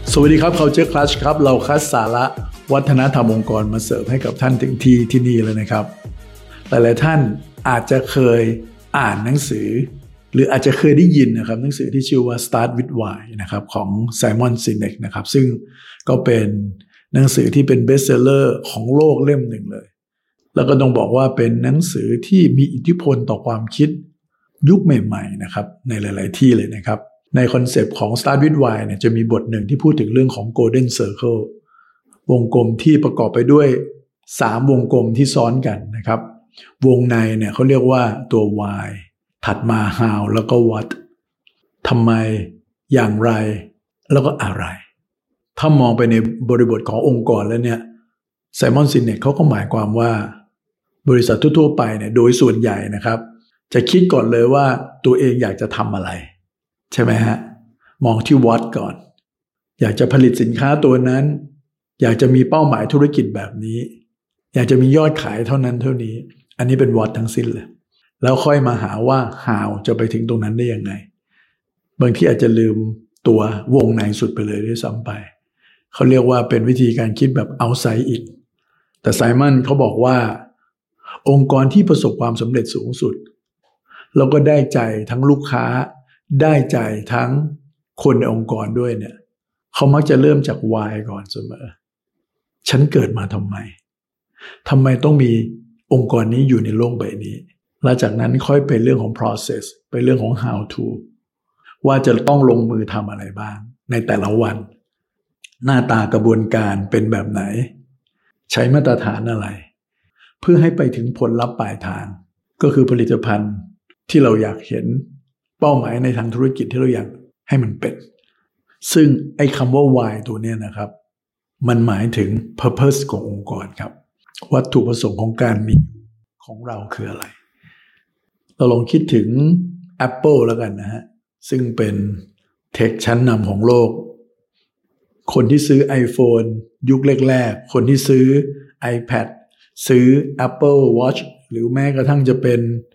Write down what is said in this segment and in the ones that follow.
สวัสดีครับ Culture Clash ครับเราคัดสาระวัฒนธรรมองค์กรมาเสิร์ฟให้กับท่านถึงที่นี่เลยนะครับหลายๆท่านอาจจะเคยอ่านหนังสือหรืออาจจะเคยได้ยินนะครับหนังสือที่ชื่อว่า Start with Why นะครับของ Simon Sinek นะครับซึ่งก็เป็นหนังสือที่เป็นเบสเซลเลอร์ของโลกเล่มหนึ่งเลยแล้วก็ต้องบอกว่าเป็นหนังสือที่มีอิทธิพลต่อความคิดยุคใหม่ๆนะครับในหลายๆที่เลยนะครับในคอนเซปต์ของ Start with Why เนี่ยจะมีบทหนึ่งที่พูดถึงเรื่องของ Golden Circle วงกลมที่ประกอบไปด้วย3วงกลมที่ซ้อนกันนะครับวงในเนี่ยเขาเรียกว่าตัว Why ถัดมา How แล้วก็ What ทำไมอย่างไรแล้วก็อะไรถ้ามองไปในบริบทขององค์กรแล้วเนี่ยไซมอนซินเนกเขาก็หมายความว่าบริษัททั่วๆไปเนี่ยโดยส่วนใหญ่นะครับจะคิดก่อนเลยว่าตัวเองอยากจะทำอะไรใช่ไหมฮะมองที่ What ก่อนอยากจะผลิตสินค้าตัวนั้นอยากจะมีเป้าหมายธุรกิจแบบนี้อยากจะมียอดขายเท่านั้นเท่านี้อันนี้เป็น What ทั้งสิ้นเลยแล้วค่อยมาหาว่า How จะไปถึงตรงนั้นได้ยังไงบางทีอาจจะลืมตัววงในสุดไปเลยด้วยซ้ำไปเขาเรียกว่าเป็นวิธีการคิดแบบ outside in แต่ไซมอนเขาบอกว่าองค์กรที่ประสบความสำเร็จสูงสุดแล้วก็ได้ใจทั้งลูกค้าได้ใจทั้งคนในองค์กรด้วยเนี่ยเขามักจะเริ่มจาก why ก่อนเสมอฉันเกิดมาทำไมต้องมีองค์กรนี้อยู่ในโลกใบนี้แล้วจากนั้นค่อยเป็นเรื่องของ process เป็นเรื่องของ how to ว่าจะต้องลงมือทำอะไรบ้างในแต่ละวันหน้าตากระบวนการเป็นแบบไหนใช้มาตรฐานอะไรเพื่อให้ไปถึงผลลัพธ์ปลายทางก็คือผลิตภัณฑ์ที่เราอยากเห็นเป้าหมายในทางธุรกิจที่เราอยากให้มันเป็นซึ่งไอ้คำว่า why ตัวเนี้ยนะครับมันหมายถึง purpose ขององค์กรครับวัตถุประสงค์ของการมีของเราคืออะไรเราลองคิดถึง Apple แล้วกันนะฮะซึ่งเป็นเทคชั้นนำของโลกคนที่ซื้อ iPhone ยุคแรกๆคนที่ซื้อ iPad ซื้อ Apple Watch หรือแม้กระทั่งจะเป็น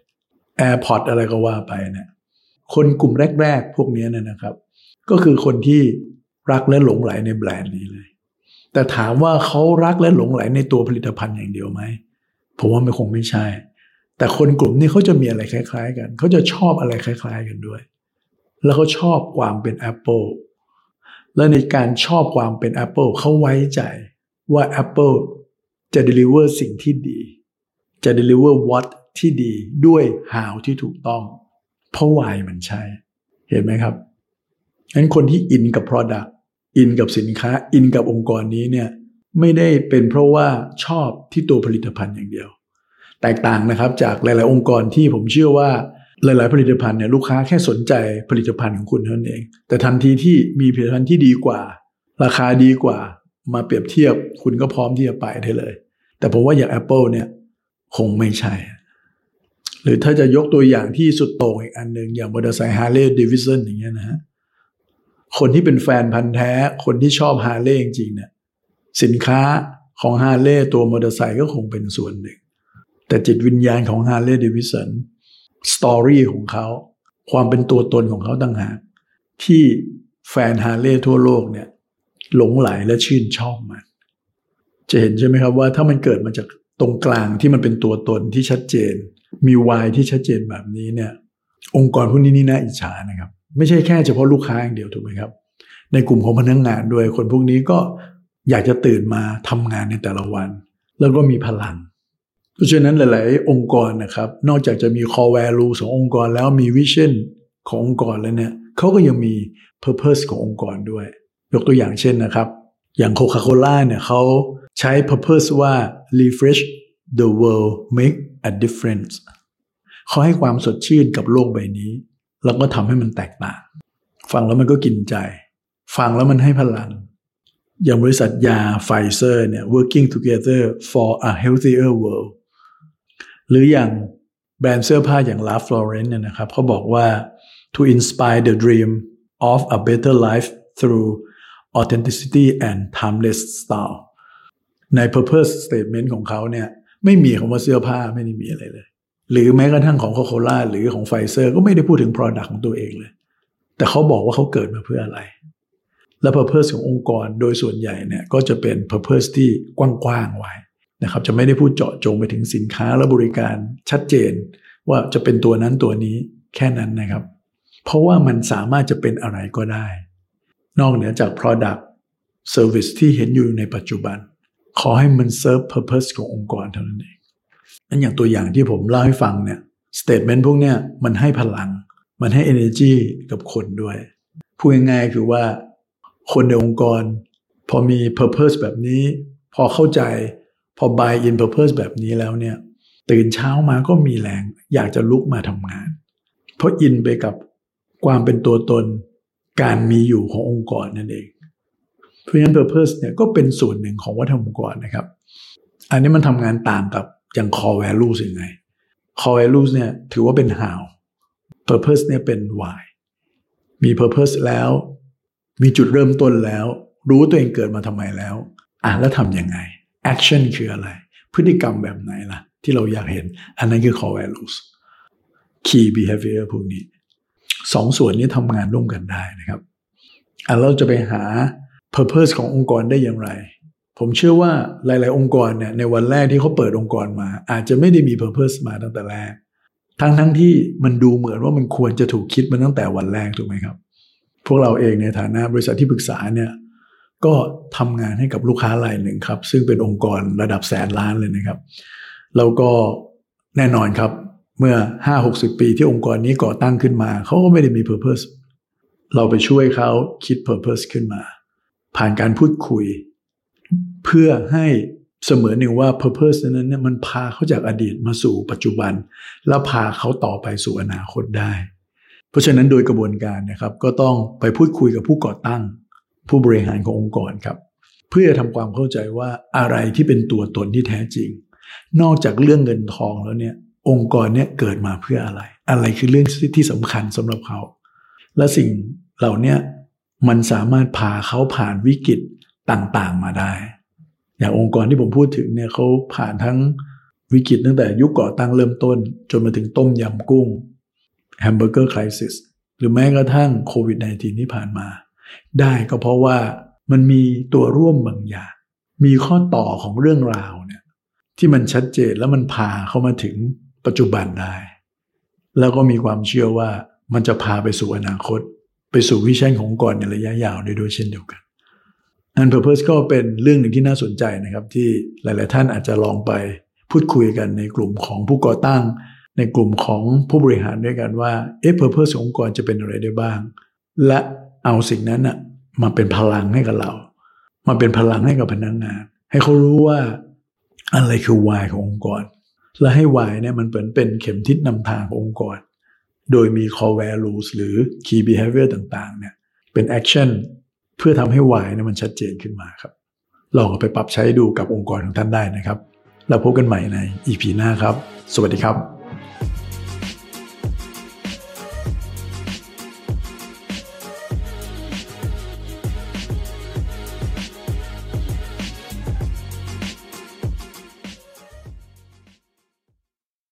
AirPods อะไรก็ว่าไปเนี่ยคนกลุ่มแรกๆพวกนี้นะครับก็คือคนที่รักและหลงไหลในแบรนด์นี้เลยแต่ถามว่าเขารักและหลงไหลในตัวผลิตภัณฑ์อย่างเดียวไหมผมว่ามันคงไม่ใช่แต่คนกลุ่มนี้เขาจะมีอะไรคล้ายๆกันเขาจะชอบอะไรคล้ายๆกันด้วยแล้วเขาชอบความเป็น Apple และในการชอบความเป็น Apple เขาไว้ใจว่า Apple จะ deliver สิ่งที่ดีจะ deliver what ที่ดีด้วย how ที่ถูกต้องเพราะ why มันใช่เห็นไหมครับงั้นคนที่อินกับ product อินกับสินค้าอินกับองค์กรนี้เนี่ยไม่ได้เป็นเพราะว่าชอบที่ตัวผลิตภัณฑ์อย่างเดียวแตกต่างนะครับจากหลายๆองค์กรที่ผมเชื่อว่าหลายๆผลิตภัณฑ์เนี่ยลูกค้าแค่สนใจผลิตภัณฑ์ของคุณเท่านั้นเองแต่ทันทีที่มีผลิตภัณฑ์ที่ดีกว่าราคาดีกว่ามาเปรียบเทียบคุณก็พร้อมที่จะไปได้เลยแต่ผมว่าอย่าง Apple เนี่ยคงไม่ใช่หรือถ้าจะยกตัวอย่างที่สุดโต่งอีกอันนึงอย่างมอเตอร์ไซค์ Harley Davidson อย่างเงี้ยนะฮะคนที่เป็นแฟนพันธุ์แท้คนที่ชอบ Harley จริงๆเนี่ยสินค้าของ Harley ตัวมอเตอร์ไซค์ก็คงเป็นส่วนหนึ่งแต่จิตวิญญาณของ Harley Davidson สตอรี่ของเขาความเป็นตัวตนของเขาต่างหากที่แฟน Harley ทั่วโลกเนี่ยหลงไหลและชื่นชอบมันจะเห็นใช่ไหมครับว่าถ้ามันเกิดมาจากตรงกลางที่มันเป็นตัวตนที่ชัดเจนมีวายที่ชัดเจนแบบนี้เนี่ยองค์กรพวกนี้นี่น่าอิจฉานะครับไม่ใช่แค่เฉพาะลูกค้าอย่างเดียวถูกไหมครับในกลุ่มของพนักงานด้วยคนพวกนี้ก็อยากจะตื่นมาทำงานในแต่ละวันแล้วก็มีพลังเพราะฉะนั้นหลายๆองค์กรนะครับนอกจากจะมี core value ขององค์กรแล้วมี vision ขององค์กรแล้วเนี่ยเขาก็ยังมี purpose ขององค์กรด้วยยกตัวอย่างเช่นนะครับอย่าง Coca-Cola เนี่ยเขาใช้ purpose ว่า refresh the world make a difference เขาให้ความสดชื่นกับโลกใบนี้แล้วก็ทำให้มันแตกต่างฟังแล้วมันก็กินใจฟังแล้วมันให้พลังอย่างบริษัทยาไฟเซอร์เนี่ย working together for a healthier world หรืออย่างแบรนด์เสื้อผ้าอย่าง Ralph Lauren เนี่ยนะครับเขาบอกว่า to inspire the dream of a better life through authenticity and timeless style ใน purpose statement ของเขาเนี่ยไม่มีคำว่าเสื้อผ้าไม่ได้มีอะไรเลยหรือแม้กระทั่งของ Coca-Cola หรือของ Pfizer ก็ไม่ได้พูดถึง product ของตัวเองเลยแต่เขาบอกว่าเขาเกิดมาเพื่ออะไรและ purpose ขององค์กรโดยส่วนใหญ่เนี่ยก็จะเป็น purpose ที่กว้างๆไว้นะครับจะไม่ได้พูดเจาะจงไปถึงสินค้าและบริการชัดเจนว่าจะเป็นตัวนั้นตัวนี้แค่นั้นนะครับเพราะว่ามันสามารถจะเป็นอะไรก็ได้นอกเหนือจาก product service ที่เห็นอยู่ในปัจจุบันขอให้มัน serve purpose ขององค์กรเท่านั้นเองนั่นอย่างตัวอย่างที่ผมเล่าให้ฟังเนี่ย statement พวกเนี้ยมันให้พลังมันให้ energy กับคนด้วยพูดง่ายๆคือว่าคนในองค์กรพอมี purpose แบบนี้พอเข้าใจพอ buy in purpose แบบนี้แล้วเนี่ยตื่นเช้ามาก็มีแรงอยากจะลุกมาทำงานเพราะอินไปกับความเป็นตัวตนการมีอยู่ขององค์กรนั่นเองเพราะฉะนั้น purpose เนี่ยก็เป็นส่วนหนึ่งของวัฒนธรรมองค์กรนะครับอันนี้มันทำงานต่างกับอย่าง core values ยังไง core values เนี่ยถือว่าเป็น how purpose เนี่ยเป็น why มี purpose แล้วมีจุดเริ่มต้นแล้วรู้ตัวเองเกิดมาทำไมแล้วแล้วทำยังไง action คืออะไรพฤติกรรมแบบไหนล่ะที่เราอยากเห็นอันนั้นคือ core values key behavior พวกนี้สองส่วนนี้ทำงานร่วมกันได้นะครับเราจะไปหา purpose ขององค์กรได้อย่างไรผมเชื่อว่าหลายๆองค์กรเนี่ยในวันแรกที่เขาเปิดองค์กรมาอาจจะไม่ได้มี purpose มาตั้งแต่แรกทั้งที่มันดูเหมือนว่ามันควรจะถูกคิดมาตั้งแต่วันแรกถูกไหมครับพวกเราเองในฐานะบริษัทที่ปรึกษาเนี่ยก็ทำงานให้กับลูกค้ารายหนึ่งครับซึ่งเป็นองค์กรระดับแสนล้านเลยนะครับแล้วก็แน่นอนครับเมื่อ 5-60 ปีที่องค์กรนี้ก่อตั้งขึ้นมาเขาก็ไม่ได้มี purpose เราไปช่วยเขาคิด purpose ขึ้นมาผ่านการพูดคุยเพื่อให้เสมือนหนึ่งว่า purpose นั้นเนี่ยมันพาเขาจากอดีตมาสู่ปัจจุบันแล้วพาเขาต่อไปสู่อนาคตได้เพราะฉะนั้นโดยกระบวนการนะครับก็ต้องไปพูดคุยกับผู้ก่อตั้งผู้บริหารขององค์กรครับเพื่อทำความเข้าใจว่าอะไรที่เป็นตัวตนที่แท้จริงนอกจากเรื่องเงินทองแล้วเนี่ยองค์กรเนี่ยเกิดมาเพื่ออะไรคือเรื่องที่สำคัญสำหรับเขาและสิ่งเหล่านี้มันสามารถพาเขาผ่านวิกฤตต่างๆมาได้อย่างองค์กรที่ผมพูดถึงเนี่ยเขาผ่านทั้งวิกฤตตั้งแต่ยุคก่อตั้งเริ่มต้นจนมาถึงต้มยำกุ้งแฮมเบอร์เกอร์ไครซิสหรือแม้กระทั่งโควิด -19 ที่ผ่านมาได้ก็เพราะว่ามันมีตัวร่วมบางอย่างมีข้อต่อของเรื่องราวเนี่ยที่มันชัดเจนแล้วมันพาเข้ามาถึงปัจจุบันได้แล้วก็มีความเชื่อว่ามันจะพาไปสู่อนาคตไปสู่วิชั่นขององค์กรในระยะยาวได้ด้วยเช่นเดียวกันอัน purpose ก็เป็นเรื่องหนึ่งที่น่าสนใจนะครับที่หลายๆท่านอาจจะลองไปพูดคุยกันในกลุ่มของผู้ก่อตั้งในกลุ่มของผู้บริหารด้วยกันว่าpurpose ขององค์กรจะเป็นอะไรได้บ้างและเอาสิ่งนั้นน่ะมาเป็นพลังให้กับเรามาเป็นพลังให้กับพนักงานให้เขารู้ว่าอะไรคือ why ขององค์กรและให้ why เนี่ยมันเป็นเข็มทิศนำทางขององค์กรโดยมี core values หรือ key behavior ต่างๆเนี่ยเป็น action เพื่อทำให้ why เนี่ยมันชัดเจนขึ้นมาครับลองเอาไปปรับใช้ดูกับองค์กรของท่านได้นะครับแล้วพบกันใหม่ใน EP หน้าครับสวัสดีครับ